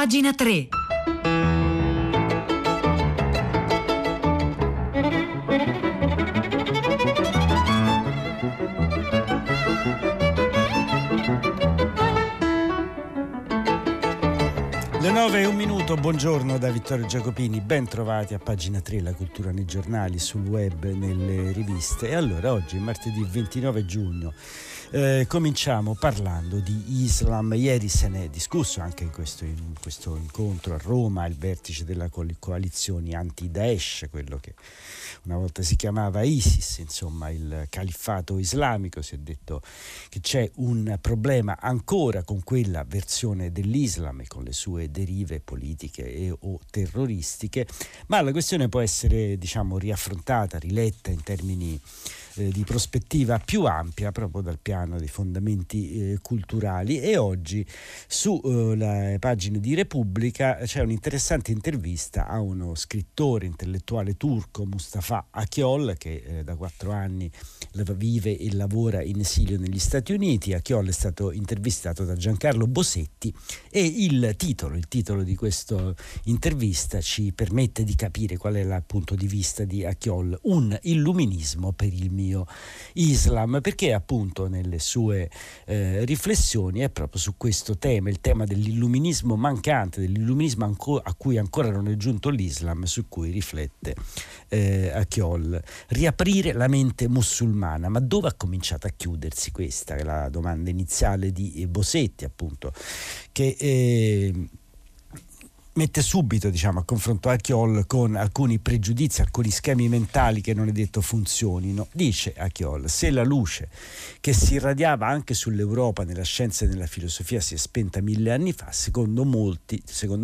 pagina 3. Le 9:01, buongiorno da Vittorio Giacopini, ben trovati a pagina 3, la cultura nei giornali, sul web, nelle riviste. E allora oggi, martedì 29 giugno, cominciamo parlando di Islam. Ieri se ne è discusso anche in questo incontro a Roma, il vertice della coalizione anti-Daesh, quello che una volta si chiamava ISIS, insomma il califfato islamico. Si è detto che c'è un problema ancora con quella versione dell'Islam e con le sue derive politiche o terroristiche, ma la questione può essere, riaffrontata, riletta in termini di prospettiva più ampia, proprio dal piano dei fondamenti culturali. E oggi sulle pagine di Repubblica c'è un'interessante intervista a uno scrittore intellettuale turco, Mustafa Akyol, che da 4 anni vive e lavora in esilio negli Stati Uniti. Akyol è stato intervistato da Giancarlo Bosetti e il titolo di questa intervista ci permette di capire qual è il punto di vista di Akyol: un illuminismo per il mio Islam, perché appunto nelle sue riflessioni è proprio su questo tema, il tema dell'illuminismo mancante, dell'illuminismo a cui ancora non è giunto l'Islam, su cui riflette Akyol. Riaprire la mente musulmana, ma dove ha cominciato a chiudersi? Questa è la domanda iniziale di Bosetti, appunto, che mette subito a confronto Akyol con alcuni pregiudizi, alcuni schemi mentali che non è detto funzionino. Dice Akyol: se la luce che si irradiava anche sull'Europa nella scienza e nella filosofia si è spenta 1000 anni fa, secondo molti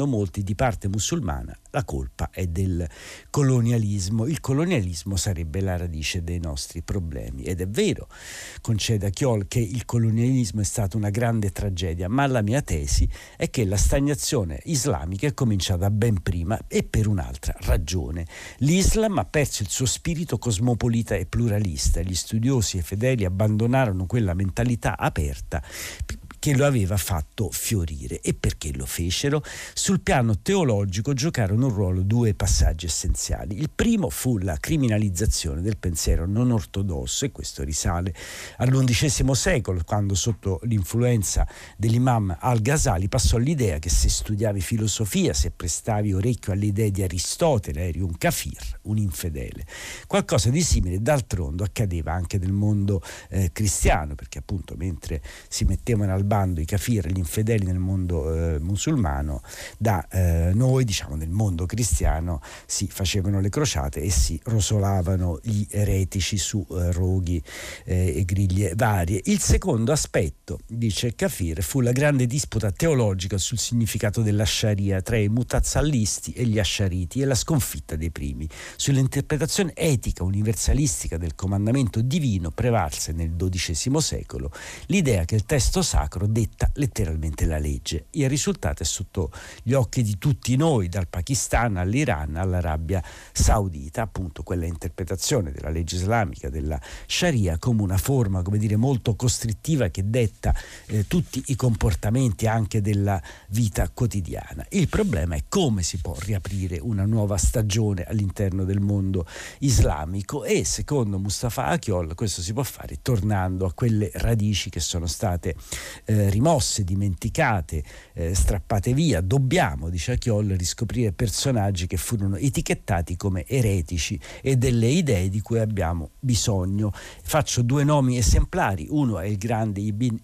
di parte musulmana la colpa è del colonialismo. Il colonialismo sarebbe la radice dei nostri problemi. Ed è vero, concede Akyol, che il colonialismo è stata una grande tragedia, ma la mia tesi è che la stagnazione islamica è cominciata ben prima e per un'altra ragione. L'Islam ha perso il suo spirito cosmopolita e pluralista. Gli studiosi e fedeli abbandonarono quella mentalità aperta che lo aveva fatto fiorire. E perché lo fecero? Sul piano teologico giocarono un ruolo 2 passaggi essenziali. Il primo fu la criminalizzazione del pensiero non ortodosso, e questo risale all'XI secolo, quando sotto l'influenza dell'imam al-Ghazali passò l'idea che se studiavi filosofia, se prestavi orecchio alle idee di Aristotele, eri un kafir, un infedele. Qualcosa di simile d'altronde accadeva anche nel mondo cristiano, perché appunto mentre si mettevano al bando i kafir e gli infedeli nel mondo musulmano, da noi, nel mondo cristiano, si facevano le crociate e si rosolavano gli eretici su roghi e griglie varie. Il secondo aspetto, dice Kafir, fu la grande disputa teologica sul significato della Sharia tra i mutazzalisti e gli asciariti, e la sconfitta dei primi. Sull'interpretazione etica universalistica del comandamento divino prevalse nel XII secolo l'idea che il testo sacro detta letteralmente la legge. Il risultato è sotto gli occhi di tutti noi, dal Pakistan all'Iran all'Arabia Saudita, appunto quella interpretazione della legge islamica, della Sharia, come una forma, molto costrittiva che detta tutti i comportamenti anche della vita quotidiana. Il problema è come si può riaprire una nuova stagione all'interno del mondo islamico, e secondo Mustafa Akyol questo si può fare tornando a quelle radici che sono state rimosse, dimenticate, strappate via. Dobbiamo, dice Akyol, riscoprire personaggi che furono etichettati come eretici e delle idee di cui abbiamo bisogno. Faccio 2 nomi esemplari: uno è il grande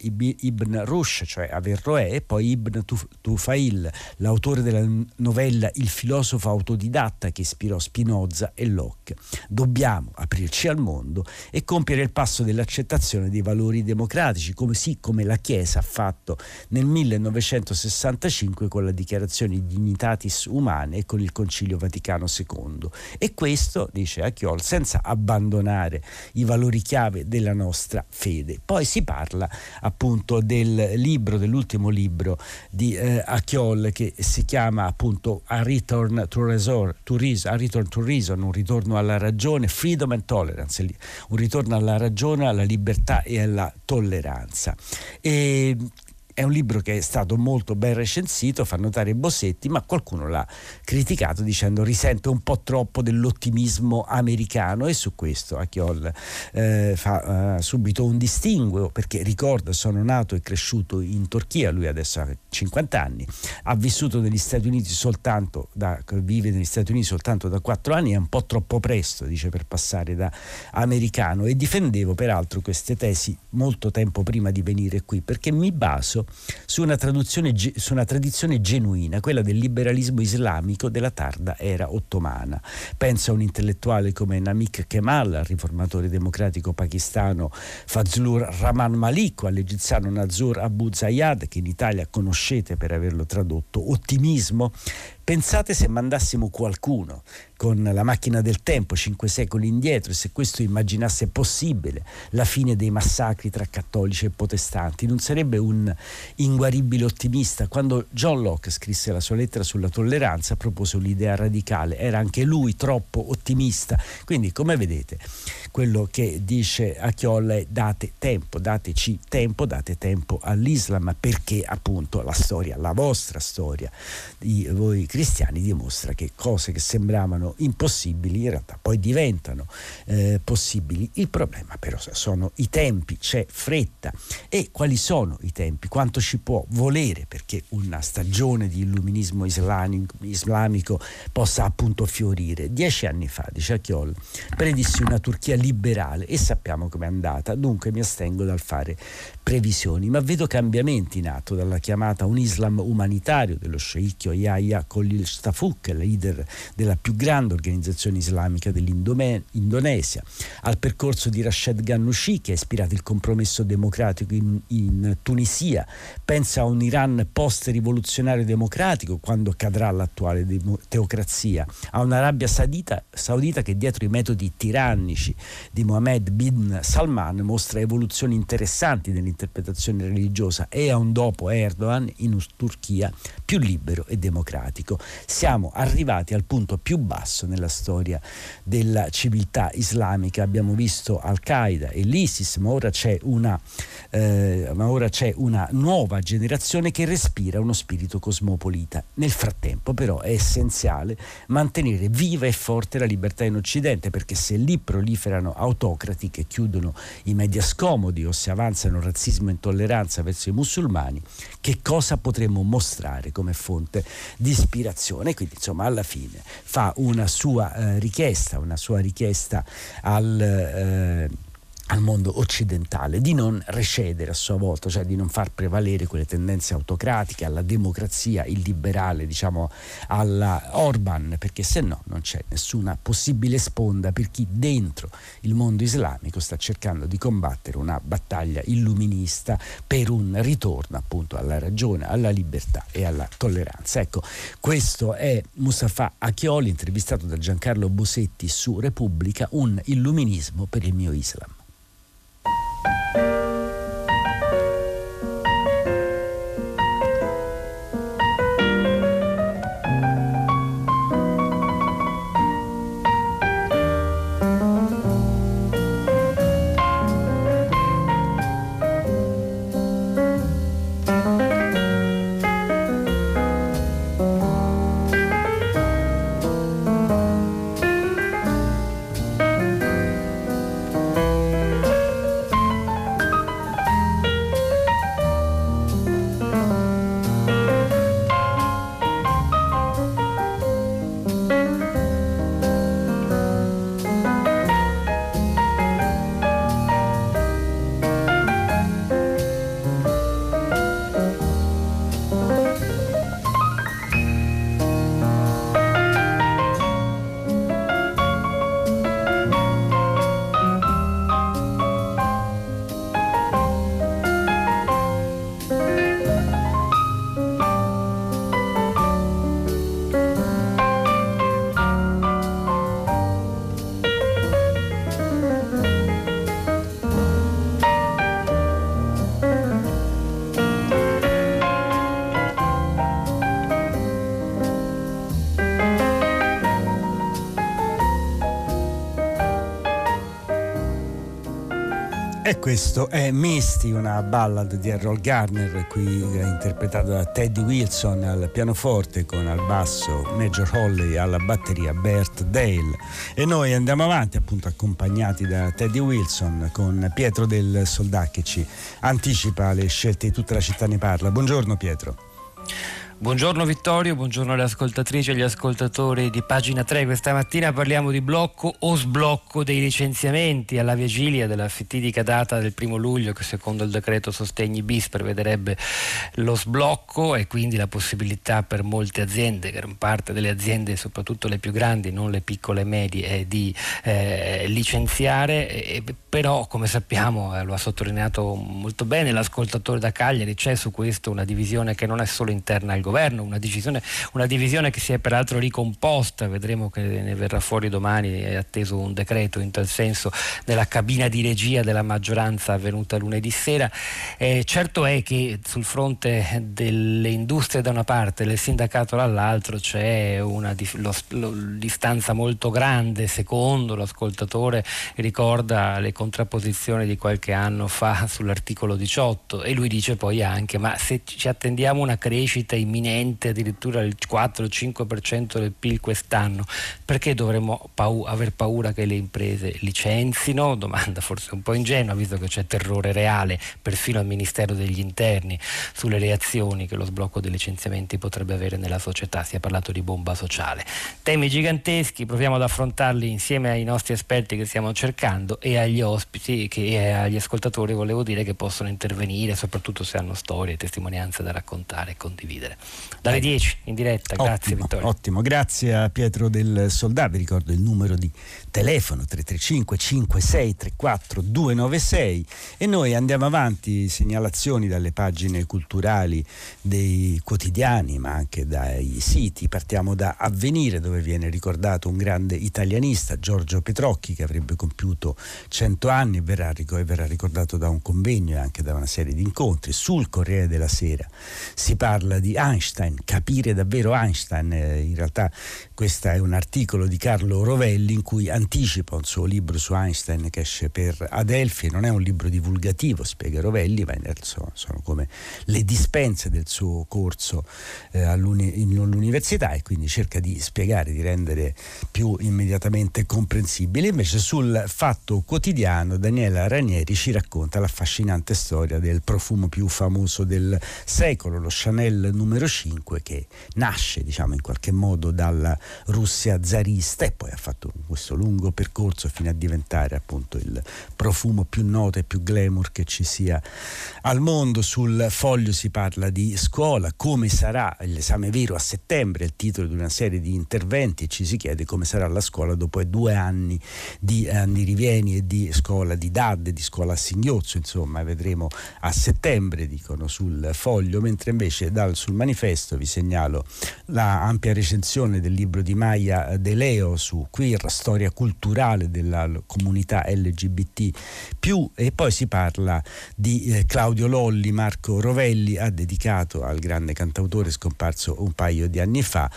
Ibn Rushd, cioè Averroè, e poi Ibn Tufail, l'autore della novella Il filosofo autodidatta che ispirò Spinoza e Locke. Dobbiamo aprirci al mondo e compiere il passo dell'accettazione dei valori democratici, come la Chiesa ha fatto nel 1965 con la Dichiarazione Dignitatis Humanae e con il Concilio Vaticano II. E questo, dice Akyol, senza abbandonare i valori chiave della nostra fede. Poi si parla appunto dell'ultimo libro di Akyol, che si chiama appunto A Return to Reason, un ritorno alla ragione, Freedom and Tolerance, un ritorno alla ragione, alla libertà e alla tolleranza. E È un libro che è stato molto ben recensito, fa notare Bossetti, ma qualcuno l'ha criticato dicendo risente un po' troppo dell'ottimismo americano, e su questo Achiol fa subito un distinguo, perché ricorda: sono nato e cresciuto in Turchia, lui adesso ha 50 anni, ha vissuto negli Stati Uniti vive negli Stati Uniti soltanto da 4 anni, è un po' troppo presto, dice, per passare da americano, e difendevo peraltro queste tesi molto tempo prima di venire qui, perché mi baso su una tradizione genuina, quella del liberalismo islamico della tarda era ottomana. Penso a un intellettuale come Namik Kemal, al riformatore democratico pakistano Fazlur Rahman Malik, o all'egiziano Nazur Abu Zayad, che in Italia conoscete per averlo tradotto. Ottimismo? Pensate se mandassimo qualcuno con la macchina del tempo 5 secoli indietro, e se questo immaginasse possibile la fine dei massacri tra cattolici e protestanti. Non sarebbe un inguaribile ottimista? Quando John Locke scrisse la sua lettera sulla tolleranza, propose un'idea radicale. Era anche lui troppo ottimista? Quindi, come vedete, quello che dice Achiol è: dateci tempo, date tempo all'Islam, perché appunto la storia, la vostra storia di voi cristiani, dimostra che cose che sembravano impossibili in realtà poi diventano possibili. Il problema però sono i tempi, c'è fretta. E quali sono i tempi? Quanto ci può volere perché una stagione di illuminismo islamico possa appunto fiorire? 10 anni fa, dice Achiol, predissi una Turchia liberale, e sappiamo com'è andata, dunque mi astengo dal fare previsioni, ma vedo cambiamenti in atto, dalla chiamata a un Islam umanitario dello sceicchio Yahya Khalil Stafuk, leader della più grande organizzazione islamica dell'Indonesia, al percorso di Rached Ghannouchi, che ha ispirato il compromesso democratico in Tunisia. Pensa a un Iran post-rivoluzionario democratico, quando cadrà l'attuale teocrazia, a un'Arabia Saudita che dietro i metodi tirannici di Mohammed bin Salman mostra evoluzioni interessanti nell'interpretazione religiosa, e a un dopo Erdogan in Turchia più libero e democratico. Siamo arrivati al punto più basso nella storia della civiltà islamica. Abbiamo visto Al-Qaeda e l'ISIS, ma ora c'è una nuova generazione che respira uno spirito cosmopolita. Nel frattempo però è essenziale mantenere viva e forte la libertà in Occidente, perché se lì proliferano autocrati che chiudono i media scomodi o se avanzano razzismo e intolleranza verso i musulmani, che cosa potremmo mostrare come fonte di ispirazione? Quindi insomma alla fine fa una sua richiesta al mondo occidentale di non recedere a sua volta, cioè di non far prevalere quelle tendenze autocratiche, alla democrazia illiberale, diciamo alla Orban, perché se no non c'è nessuna possibile sponda per chi dentro il mondo islamico sta cercando di combattere una battaglia illuminista per un ritorno appunto alla ragione, alla libertà e alla tolleranza. Ecco, questo è Mustafa Achiol, intervistato da Giancarlo Bosetti su Repubblica, un illuminismo per il mio Islam. E questo è Misty, una ballad di Errol Garner, qui interpretata da Teddy Wilson al pianoforte, con al basso Major Holley, alla batteria Bert Dale. E noi andiamo avanti, appunto accompagnati da Teddy Wilson, con Pietro del Soldà che ci anticipa le scelte di Tutta la città ne parla. Buongiorno Pietro. Buongiorno Vittorio, buongiorno alle ascoltatrici e agli ascoltatori di Pagina 3. Questa mattina parliamo di blocco o sblocco dei licenziamenti alla vigilia della fatidica data del 1 luglio che secondo il decreto sostegni bis prevederebbe lo sblocco e quindi la possibilità per molte aziende, gran parte delle aziende, soprattutto le più grandi, non le piccole e medie, di licenziare. Però come sappiamo, lo ha sottolineato molto bene l'ascoltatore da Cagliari, c'è su questo una divisione che non è solo interna al governo, una divisione che si è peraltro ricomposta, vedremo che ne verrà fuori domani, è atteso un decreto in tal senso nella cabina di regia della maggioranza avvenuta lunedì sera. Certo è che sul fronte delle industrie da una parte e del sindacato dall'altro c'è una distanza molto grande, secondo l'ascoltatore ricorda le contrapposizioni di qualche anno fa sull'articolo 18, e lui dice poi anche: ma se ci attendiamo una crescita imminente, addirittura il 4-5% del PIL quest'anno, perché dovremmo aver paura che le imprese licenzino? Domanda forse un po' ingenua, visto che c'è terrore reale perfino al Ministero degli Interni sulle reazioni che lo sblocco dei licenziamenti potrebbe avere nella società. Si è parlato di bomba sociale. Temi giganteschi, proviamo ad affrontarli insieme ai nostri esperti che stiamo cercando e agli ospiti e agli ascoltatori, volevo dire, che possono intervenire, soprattutto se hanno storie e testimonianze da raccontare e condividere. Dalle 10 in diretta. Grazie Vittorio. Ottimo, grazie a Pietro del Soldà. Vi ricordo il numero di telefono 335 56 34 296 e noi andiamo avanti, segnalazioni dalle pagine culturali dei quotidiani ma anche dai siti. Partiamo da Avvenire, dove viene ricordato un grande italianista, Giorgio Petrocchi, che avrebbe compiuto 100 anni e verrà ricordato da un convegno e anche da una serie di incontri. Sul Corriere della Sera si parla di Einstein, capire davvero Einstein. In realtà questo è un articolo di Carlo Rovelli in cui anticipa un suo libro su Einstein che esce per Adelphi. Non è un libro divulgativo, spiega Rovelli, ma in realtà sono come le dispense del suo corso all'università, e quindi cerca di spiegare, di rendere più immediatamente comprensibile. Invece sul Fatto Quotidiano Daniela Ranieri ci racconta l'affascinante storia del profumo più famoso del secolo, lo Chanel numero 5, che nasce in qualche modo dalla Russia zarista e poi ha fatto questo lungo percorso fino a diventare appunto il profumo più noto e più glamour che ci sia al mondo. Sul Foglio si parla di scuola, come sarà l'esame vero a settembre, il titolo di una serie di interventi, e ci si chiede come sarà la scuola dopo 2 anni di anni rivieni e di scuola di DAD, di scuola a singhiozzo, insomma vedremo a settembre, dicono sul Foglio. Mentre invece sul Manifesto vi segnalo la ampia recensione del libro di Maya De Leo su queer, storia culturale della comunità LGBT+, e poi si parla di Claudio Lolli. Marco Rovelli ha dedicato al grande cantautore scomparso un paio di anni fa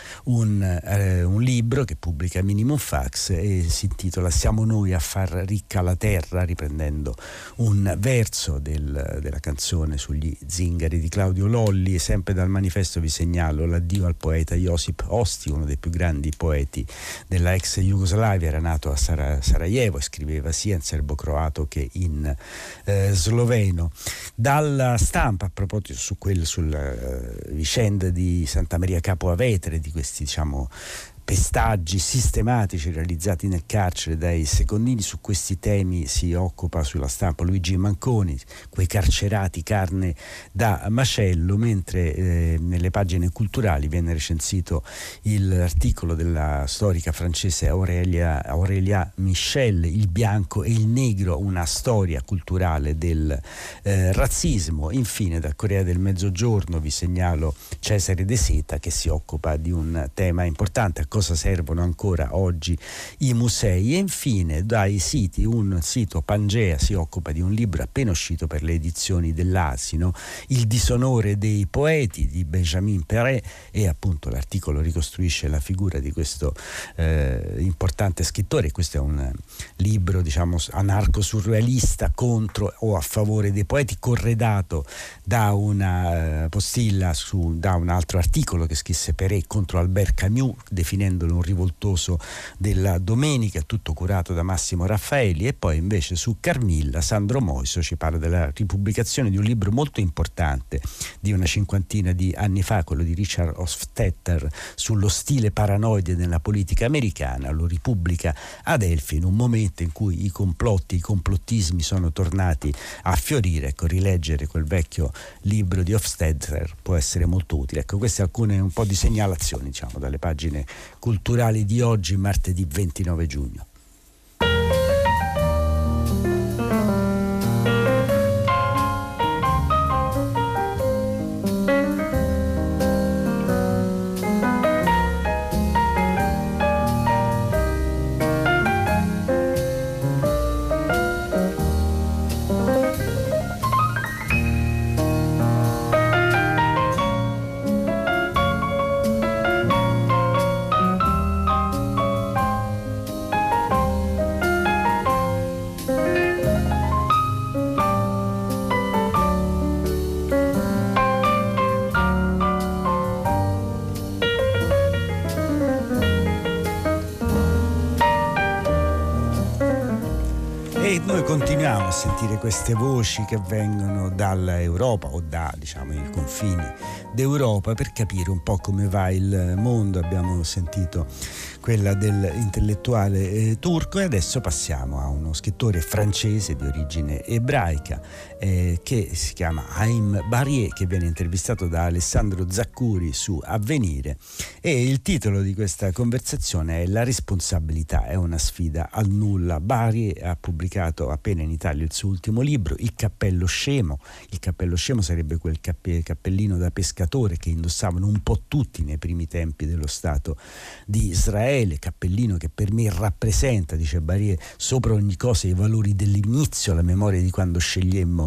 un libro che pubblica Minimum Fax e si intitola Siamo noi a far ricca la terra, riprendendo un verso della canzone sugli zingari di Claudio Lolli. E sempre dal Manifesto vi segnalo l'addio al poeta Josip Osti, uno dei più grandi poeti della ex Jugoslavia. Era nato a Sarajevo e scriveva sia in serbo-croato che in sloveno. Dalla Stampa, a proposito sulla vicenda di Santa Maria Capua Vetere, di questi pestaggi sistematici realizzati nel carcere dai secondini, su questi temi si occupa sulla Stampa Luigi Manconi, quei carcerati carne da macello. Mentre nelle pagine culturali viene recensito l'articolo della storica francese Aurélia Michel, Il bianco e il negro, una storia culturale del razzismo. Infine dal Corriere del Mezzogiorno vi segnalo Cesare De Seta, che si occupa di un tema importante. A cosa servono ancora oggi i musei. E infine dai siti, un sito Pangea si occupa di un libro appena uscito per le edizioni dell'Asino, Il disonore dei poeti di Benjamin Péret, e appunto l'articolo ricostruisce la figura di questo importante scrittore. Questo è un libro, diciamo, anarco-surrealista contro o a favore dei poeti, corredato da una postilla da un altro articolo che scrisse Péret contro Albert Camus, definendolo un rivoltoso della domenica, tutto curato da Massimo Raffaelli. E poi invece su Carmilla Sandro Moiso ci parla della ripubblicazione di un libro molto importante di una cinquantina di anni fa, quello di Richard Hofstadter, sullo stile paranoide nella politica americana. Lo ripubblica Adelphi in un momento in cui i complotti, i complottismi sono tornati a fiorire. Ecco, rileggere quel vecchio libro di Hofstadter può essere molto utile. Ecco, queste alcune un po' di segnalazioni, diciamo, dalle pagine culturali di oggi, martedì 29 giugno. E noi continuiamo a sentire queste voci che vengono dall'Europa o da, diciamo, i confini d'Europa, per capire un po' come va il mondo. Abbiamo sentito quella dell'intellettuale turco, e adesso passiamo a uno scrittore francese di origine ebraica che si chiama Haim Barieh, che viene intervistato da Alessandro Zaccuri su Avvenire, e il titolo di questa conversazione è La responsabilità è una sfida al nulla. Barieh ha pubblicato appena in Italia il suo ultimo libro, Il cappello scemo. Il cappello scemo sarebbe quel cappellino da pescatore che indossavano un po' tutti nei primi tempi dello Stato di Israele, cappellino che per me rappresenta, dice Barieh, sopra ogni cosa i valori dell'inizio, la memoria di quando scegliemmo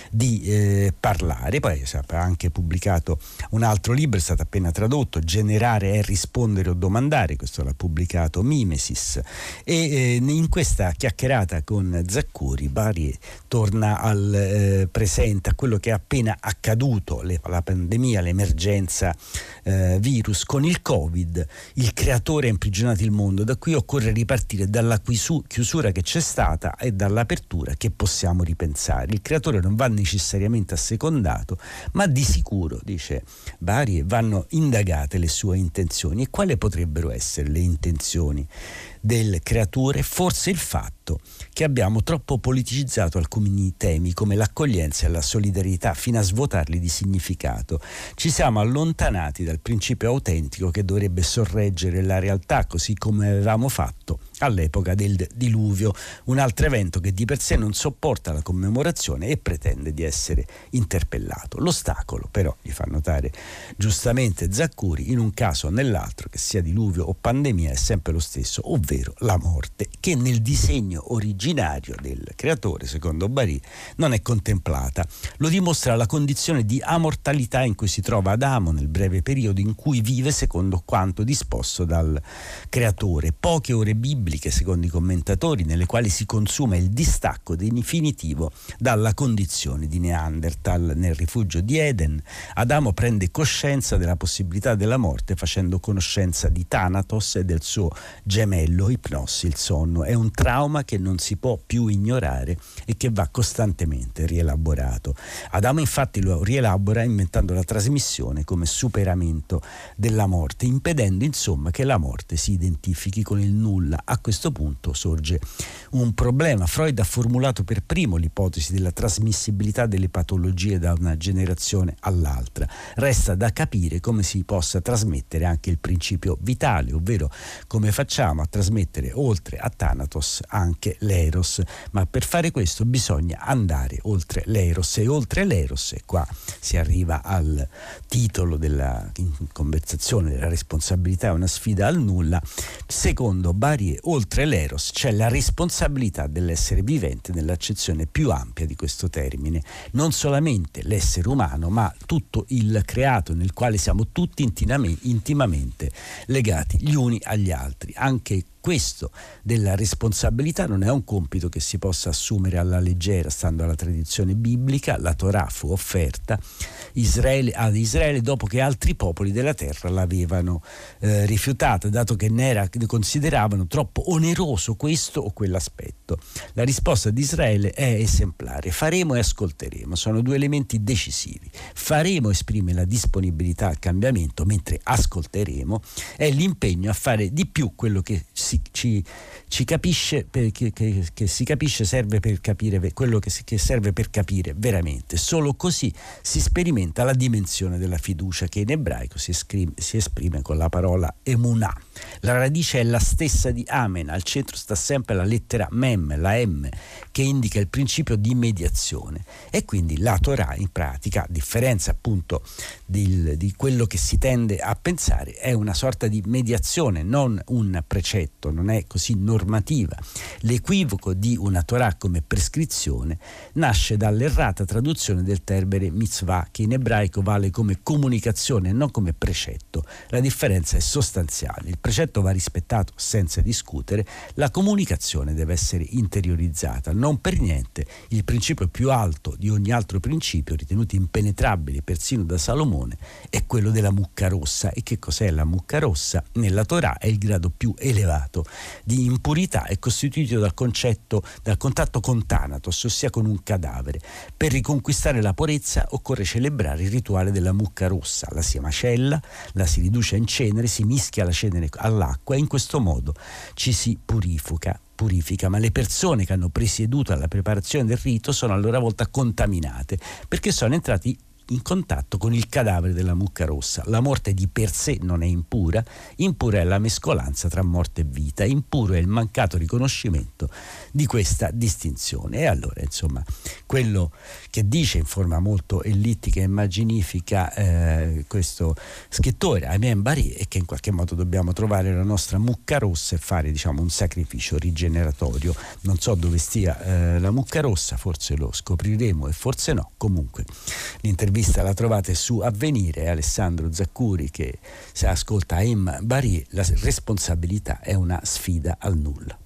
di parlare. Poi ha anche pubblicato un altro libro, è stato appena tradotto, Generare è rispondere o domandare, questo l'ha pubblicato Mimesis. E in questa chiacchierata con Zaccuri, Barieh torna al presente, a quello che è appena accaduto, la pandemia, l'emergenza virus. Con il Covid il creatore ha imprigionato il mondo, da qui occorre ripartire dalla chiusura che c'è stata e dall'apertura che possiamo ripensare. Il creatore non va necessariamente assecondato, ma di sicuro, dice Barieh, vanno indagate le sue intenzioni. E quali potrebbero essere le intenzioni del creatore? Forse il fatto che abbiamo troppo politicizzato alcuni temi come l'accoglienza e la solidarietà fino a svuotarli di significato. Ci siamo allontanati dal principio autentico che dovrebbe sorreggere la realtà, così come avevamo fatto all'epoca del diluvio, un altro evento che di per sé non sopporta la commemorazione e pretende di essere interpellato. L'ostacolo, però, gli fa notare giustamente Zaccuri, in un caso o nell'altro, che sia diluvio o pandemia, è sempre lo stesso, ovvero la morte, che nel disegno originario del creatore, secondo Barieh, non è contemplata. Lo dimostra la condizione di amortalità in cui si trova Adamo nel breve periodo in cui vive, secondo quanto disposto dal creatore. Poche ore bibliche, secondo i commentatori, nelle quali si consuma il distacco definitivo dalla condizione di Neanderthal. Nel rifugio di Eden, Adamo prende coscienza della possibilità della morte facendo conoscenza di Thanatos e del suo gemello Ipnos, il sonno. È un trauma che non si può più ignorare e che va costantemente rielaborato. Adamo infatti lo rielabora inventando la trasmissione come superamento della morte, impedendo insomma che la morte si identifichi con il nulla, a questo punto sorge un problema. Freud ha formulato per primo l'ipotesi della trasmissibilità delle patologie da una generazione all'altra. Resta da capire come si possa trasmettere anche il principio vitale, ovvero come facciamo a trasmettere oltre a Thanatos anche l'Eros, ma per fare questo bisogna andare oltre l'Eros, e oltre l'Eros, e qua si arriva al titolo della conversazione, della responsabilità è una sfida al nulla. Secondo Barie, oltre l'Eros c'è la responsabilità dell'essere vivente nell'accezione più ampia di questo termine, non solamente l'essere umano ma tutto il creato nel quale siamo tutti intimamente legati gli uni agli altri. Anche questo della responsabilità non è un compito che si possa assumere alla leggera. Stando alla tradizione biblica, la Torah fu offerta ad Israele dopo che altri popoli della terra l'avevano rifiutata, dato che ne consideravano troppo oneroso questo o quell'aspetto. La risposta di Israele è esemplare: faremo e ascolteremo, sono due elementi decisivi. Faremo esprime la disponibilità al cambiamento, mentre ascolteremo è l'impegno a fare di più quello che ci capisce, che si capisce serve per capire quello che serve per capire veramente. Solo così si sperimenta la dimensione della fiducia, che in ebraico si esprime con la parola emunah. La radice è la stessa di Amen, al centro sta sempre la lettera Mem, la M, che indica il principio di mediazione, e quindi la Torah in pratica, a differenza appunto di quello che si tende a pensare, è una sorta di mediazione, non un precetto, non è così normativa. L'equivoco di una Torah come prescrizione nasce dall'errata traduzione del termine mitzvah, che in ebraico vale come comunicazione e non come precetto. La differenza è sostanziale: il precetto va rispettato senza discutere, la comunicazione deve essere interiorizzata. Non per niente il principio più alto di ogni altro principio, ritenuto impenetrabile persino da Salomone, è quello della mucca rossa. E che cos'è la mucca rossa? Nella Torah è il grado più elevato di impurità, è costituito dal contatto con Thanatos, ossia con un cadavere. Per riconquistare la purezza occorre celebrare il rituale della mucca rossa: la si macella, la si riduce in cenere, si mischia la cenere all'acqua e in questo modo ci si purifica, ma le persone che hanno presieduto alla preparazione del rito sono a loro volta contaminate, perché sono entrati in contatto con il cadavere della mucca rossa. La morte di per sé non è impura, impura è la mescolanza tra morte e vita, impuro è il mancato riconoscimento di questa distinzione. E allora, insomma, quello che dice in forma molto ellittica e immaginifica questo scrittore Amien Barie è che in qualche modo dobbiamo trovare la nostra mucca rossa e fare, diciamo, un sacrificio rigeneratorio. Non so dove stia la mucca rossa, forse lo scopriremo e forse no. Comunque l'intervista la trovate su Avvenire. Alessandro Zaccuri che se ascolta Amien Barie: la responsabilità è una sfida al nulla.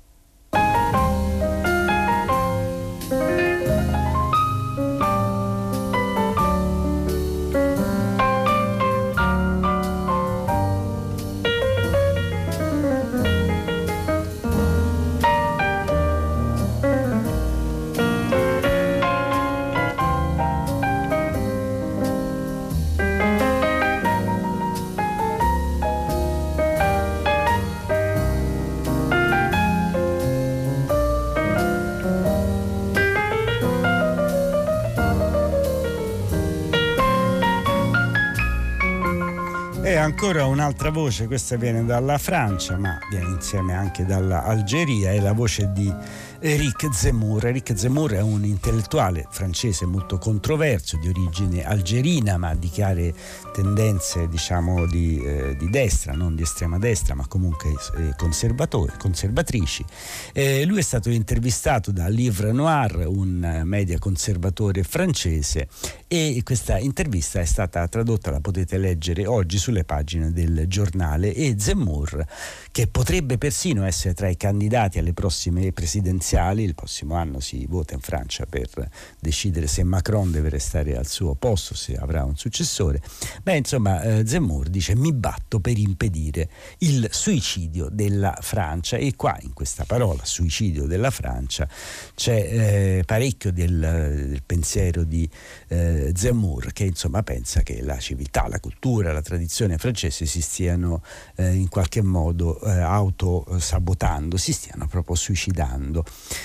Ancora un'altra voce, questa viene dalla Francia ma viene insieme anche dall'Algeria, è la voce di Éric Zemmour. Éric Zemmour è un intellettuale francese molto controverso, di origine algerina ma di chiare tendenze, diciamo, di destra, non di estrema destra ma comunque conservatrici. Lui è stato intervistato da Livre Noir, un media conservatore francese, e questa intervista è stata tradotta, la potete leggere oggi sulle pagine del giornale. E Zemmour, che potrebbe persino essere tra i candidati alle prossime presidenziali presidenziali, il prossimo anno si vota in Francia per decidere se Macron deve restare al suo posto, se avrà un successore. Zemmour dice: mi batto per impedire il suicidio della Francia, e qua in questa parola suicidio della Francia c'è parecchio del pensiero di Zemmour, che insomma pensa che la civiltà, la cultura, la tradizione francese si stiano in qualche modo autosabotando, si stiano proprio suicidando.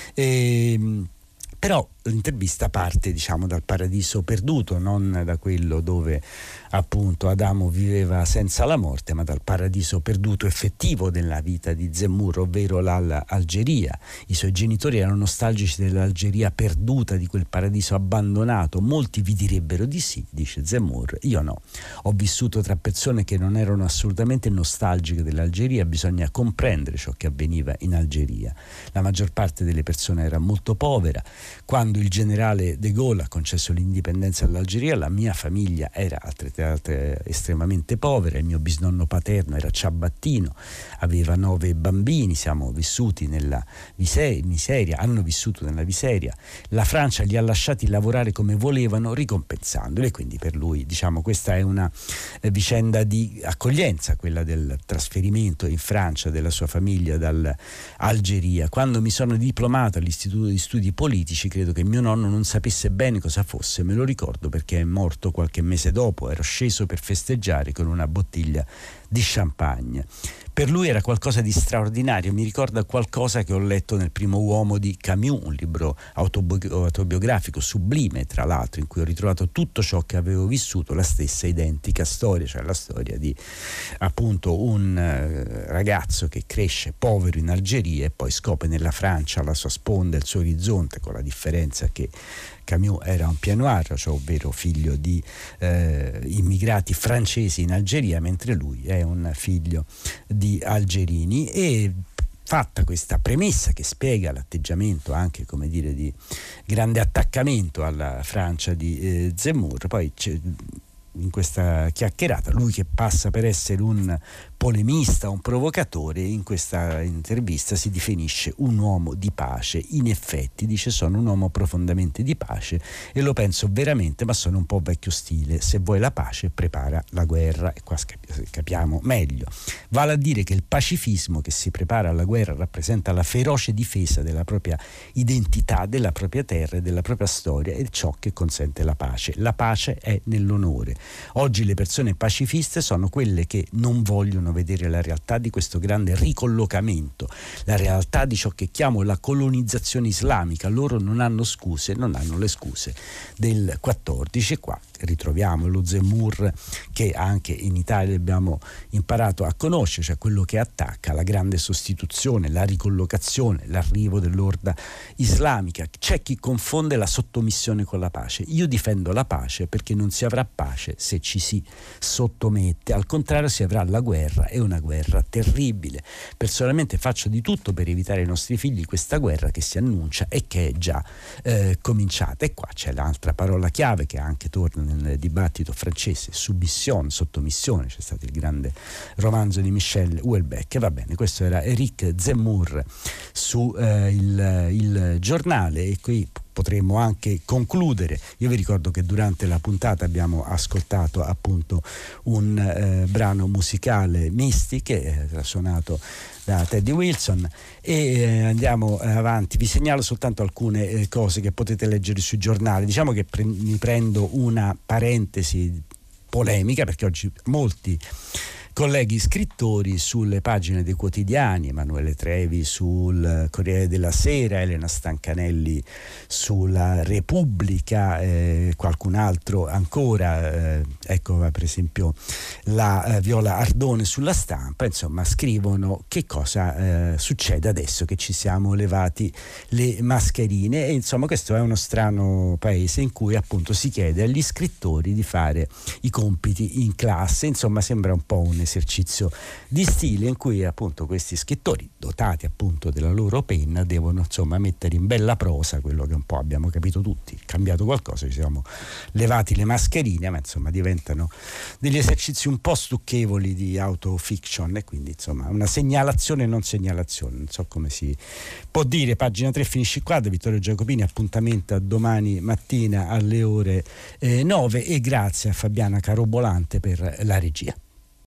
Però l'intervista parte, diciamo, dal paradiso perduto, non da quello dove appunto Adamo viveva senza la morte, ma dal paradiso perduto effettivo della vita di Zemmour, ovvero l'Algeria. I suoi genitori erano nostalgici dell'Algeria perduta, di quel paradiso abbandonato. Molti vi direbbero di sì, dice Zemmour, io no. Ho vissuto tra persone che non erano assolutamente nostalgiche dell'Algeria, bisogna comprendere ciò che avveniva in Algeria. La maggior parte delle persone era molto povera. Quando il generale De Gaulle ha concesso l'indipendenza all'Algeria, la mia famiglia era estremamente povera, il mio bisnonno paterno era ciabattino, aveva 9 bambini, siamo vissuti nella miseria, hanno vissuto nella miseria. La Francia li ha lasciati lavorare come volevano, ricompensandoli, e quindi per lui, diciamo, questa è una vicenda di accoglienza, quella del trasferimento in Francia della sua famiglia dall'Algeria. Quando mi sono diplomato all'Istituto di Studi Politici, credo che mio nonno non sapesse bene cosa fosse, me lo ricordo perché è morto qualche mese dopo, ero sceso per festeggiare con una bottiglia di champagne. Per lui era qualcosa di straordinario, mi ricorda qualcosa che ho letto nel Primo uomo di Camus, un libro autobiografico sublime, tra l'altro, in cui ho ritrovato tutto ciò che avevo vissuto, la stessa identica storia, cioè la storia di appunto un ragazzo che cresce povero in Algeria e poi scopre nella Francia la sua sponda, il suo orizzonte, con la differenza che Camus era un pied noir, cioè ovvero figlio di immigrati francesi in Algeria, mentre lui è un figlio di algerini. E fatta questa premessa che spiega l'atteggiamento anche, come dire, di grande attaccamento alla Francia di Zemmour, poi in questa chiacchierata, lui che passa per essere un polemista, un provocatore, in questa intervista si definisce un uomo di pace. In effetti, dice, sono un uomo profondamente di pace e lo penso veramente, ma sono un po' vecchio stile. Se vuoi la pace, prepara la guerra. E qua capiamo meglio. Vale a dire che il pacifismo che si prepara alla guerra rappresenta la feroce difesa della propria identità, della propria terra e della propria storia, e ciò che consente la pace. La pace è nell'onore. Oggi le persone pacifiste sono quelle che non vogliono vedere la realtà di questo grande ricollocamento, la realtà di ciò che chiamo la colonizzazione islamica. Loro non hanno scuse, non hanno le scuse del 14. Qua ritroviamo lo Zemmour che anche in Italia abbiamo imparato a conoscere, cioè quello che attacca la grande sostituzione, la ricollocazione, l'arrivo dell'orda islamica. C'è chi confonde la sottomissione con la pace. Io difendo la pace perché non si avrà pace se ci si sottomette, al contrario si avrà la guerra, è una guerra terribile. Personalmente faccio di tutto per evitare ai nostri figli questa guerra che si annuncia e che è già cominciata. E qua c'è l'altra parola chiave che anche torna nel dibattito francese: submission, sottomissione. C'è stato il grande romanzo di Michel Houellebecq. Va bene, questo era Éric Zemmour su il giornale, e qui potremmo anche concludere. Io vi ricordo che durante la puntata abbiamo ascoltato appunto un brano musicale, Misty, che era suonato da Teddy Wilson, e andiamo avanti. Vi segnalo soltanto alcune cose che potete leggere sui giornali. Diciamo che mi prendo una parentesi polemica, perché oggi molti colleghi scrittori sulle pagine dei quotidiani, Emanuele Trevi sul Corriere della Sera, Elena Stancanelli sulla Repubblica, qualcun altro ancora, ecco per esempio la Viola Ardone sulla Stampa, insomma scrivono che cosa succede adesso che ci siamo levati le mascherine. E insomma questo è uno strano paese in cui appunto si chiede agli scrittori di fare i compiti in classe. Insomma sembra un po' un esercizio di stile in cui appunto questi scrittori, dotati appunto della loro penna, devono insomma mettere in bella prosa quello che un po' abbiamo capito tutti, cambiato qualcosa, ci siamo levati le mascherine, ma insomma diventano degli esercizi un po' stucchevoli di autofiction, e quindi insomma una segnalazione non segnalazione, non so come si può dire. Pagina 3 finisce qua. Da Vittorio Giacopini, appuntamento a domani mattina alle ore 9, e grazie a Fabiana Carobolante per la regia.